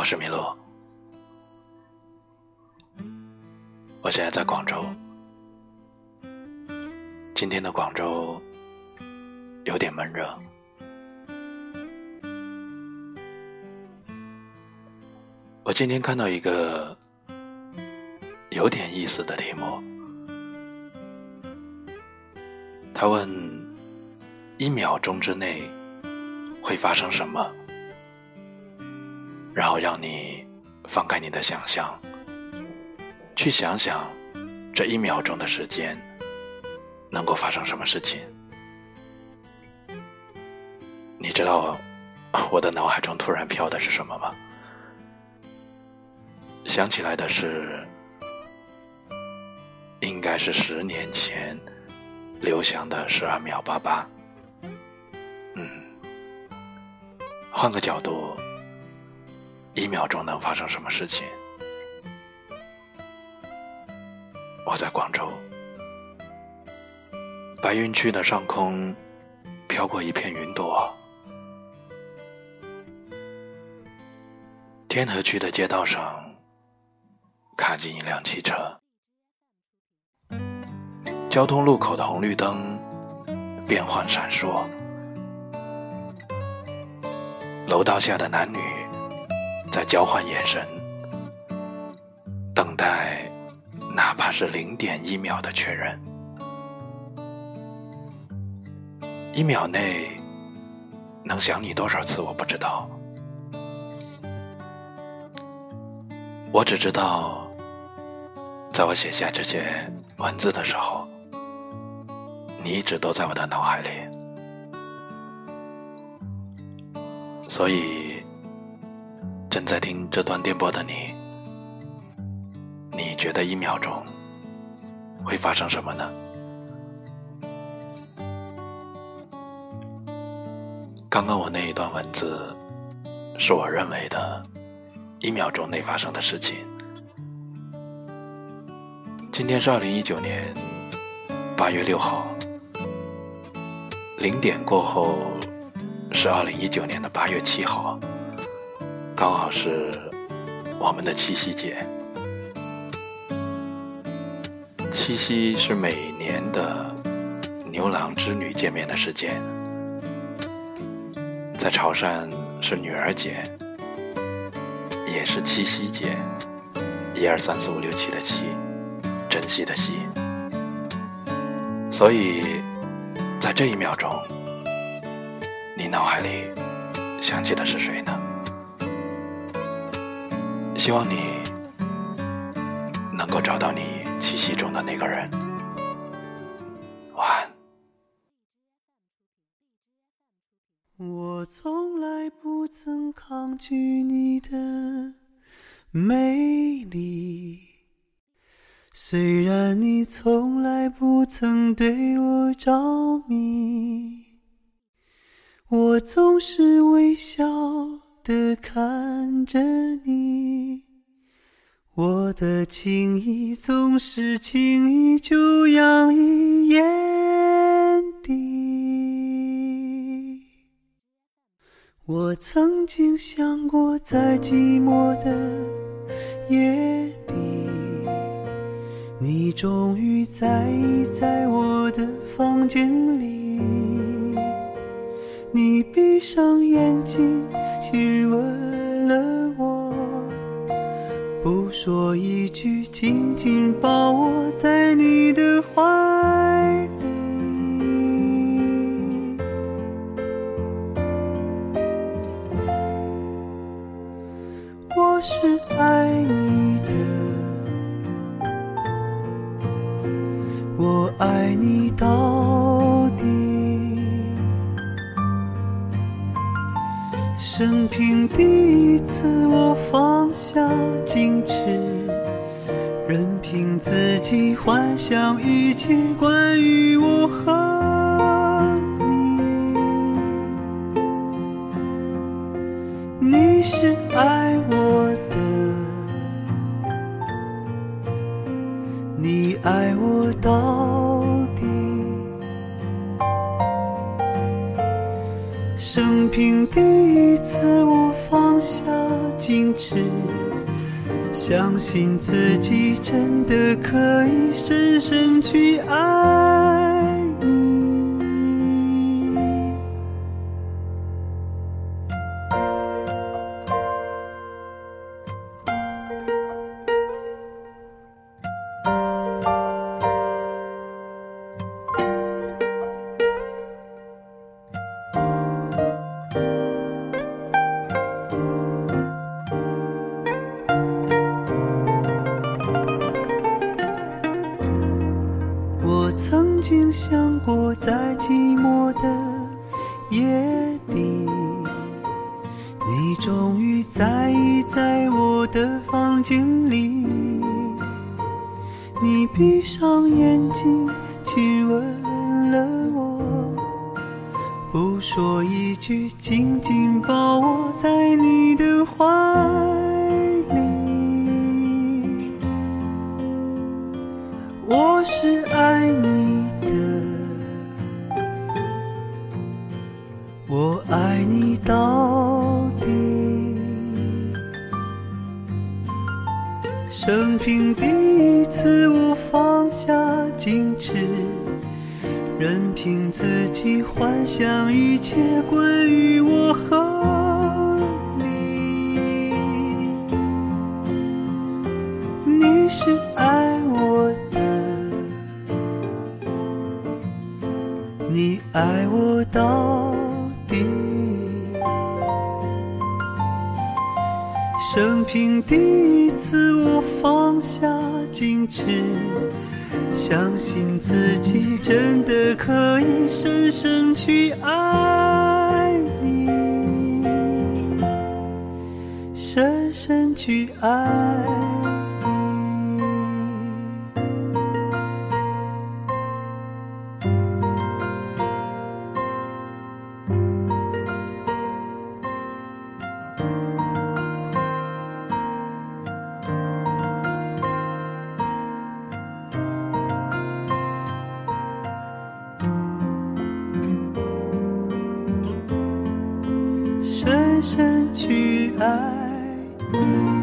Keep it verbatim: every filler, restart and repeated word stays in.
是麋鹿，我现在在广州。今天的广州有点闷热，我今天看到一个有点意思的题目，他问一秒钟之内会发生什么，然后让你放开你的想象，去想想这一秒钟的时间能够发生什么事情。你知道我的脑海中突然飘的是什么吗？想起来的是应该是十年前刘翔的十二秒八八。嗯，换个角度，一秒钟能发生什么事情？我在广州，白云区的上空飘过一片云朵，天河区的街道上卡进一辆汽车，交通路口的红绿灯变幻闪烁，楼道下的男女在交换眼神，等待哪怕是零点一秒的确认。一秒内能想你多少次我不知道，我只知道在我写下这些文字的时候，你一直都在我的脑海里。所以正在听这段电波的你，你觉得一秒钟会发生什么呢？刚刚我那一段文字是我认为的一秒钟内发生的事情。今天是二零一九年八月六号，零点过后是二零一九年的八月七号，刚好是我们的七夕节。七夕是每年的牛郎织女见面的时间，在潮汕是女儿节，也是七夕节，一二三四五六七的七，珍惜的惜。所以在这一秒钟，你脑海里想起的是谁呢？希望你能够找到你七夕中的那个人。晚安。 我从来不曾抗拒你的美丽，虽然你从来不曾对我着迷，我总是微笑地看着你，我的情意总是轻易就洋溢眼底。我曾经想过，在寂寞的夜里，你终于在意在我的房间里，你闭上眼睛亲吻了我，不说一句，紧紧抱我在你的怀里。我是爱你的，我爱你到底，生平第一次我放下矜持，任凭自己幻想一切关于我和你。你是爱我的，你爱我到底，生平第一次我放下矜持，相信自己真的可以深深去爱你。我曾经想过，在寂寞的夜里，你终于在意在我的房间里。你闭上眼睛，亲吻了我，不说一句，紧紧抱我在你的怀里。我是爱你的，我爱你到底。生平第一次我放下矜持，任凭自己幻想一切关于我和你。你是爱我的，你爱我到底。生平第一次我放下矜持，相信自己真的可以深深去爱你，深深去爱你。深深去爱你。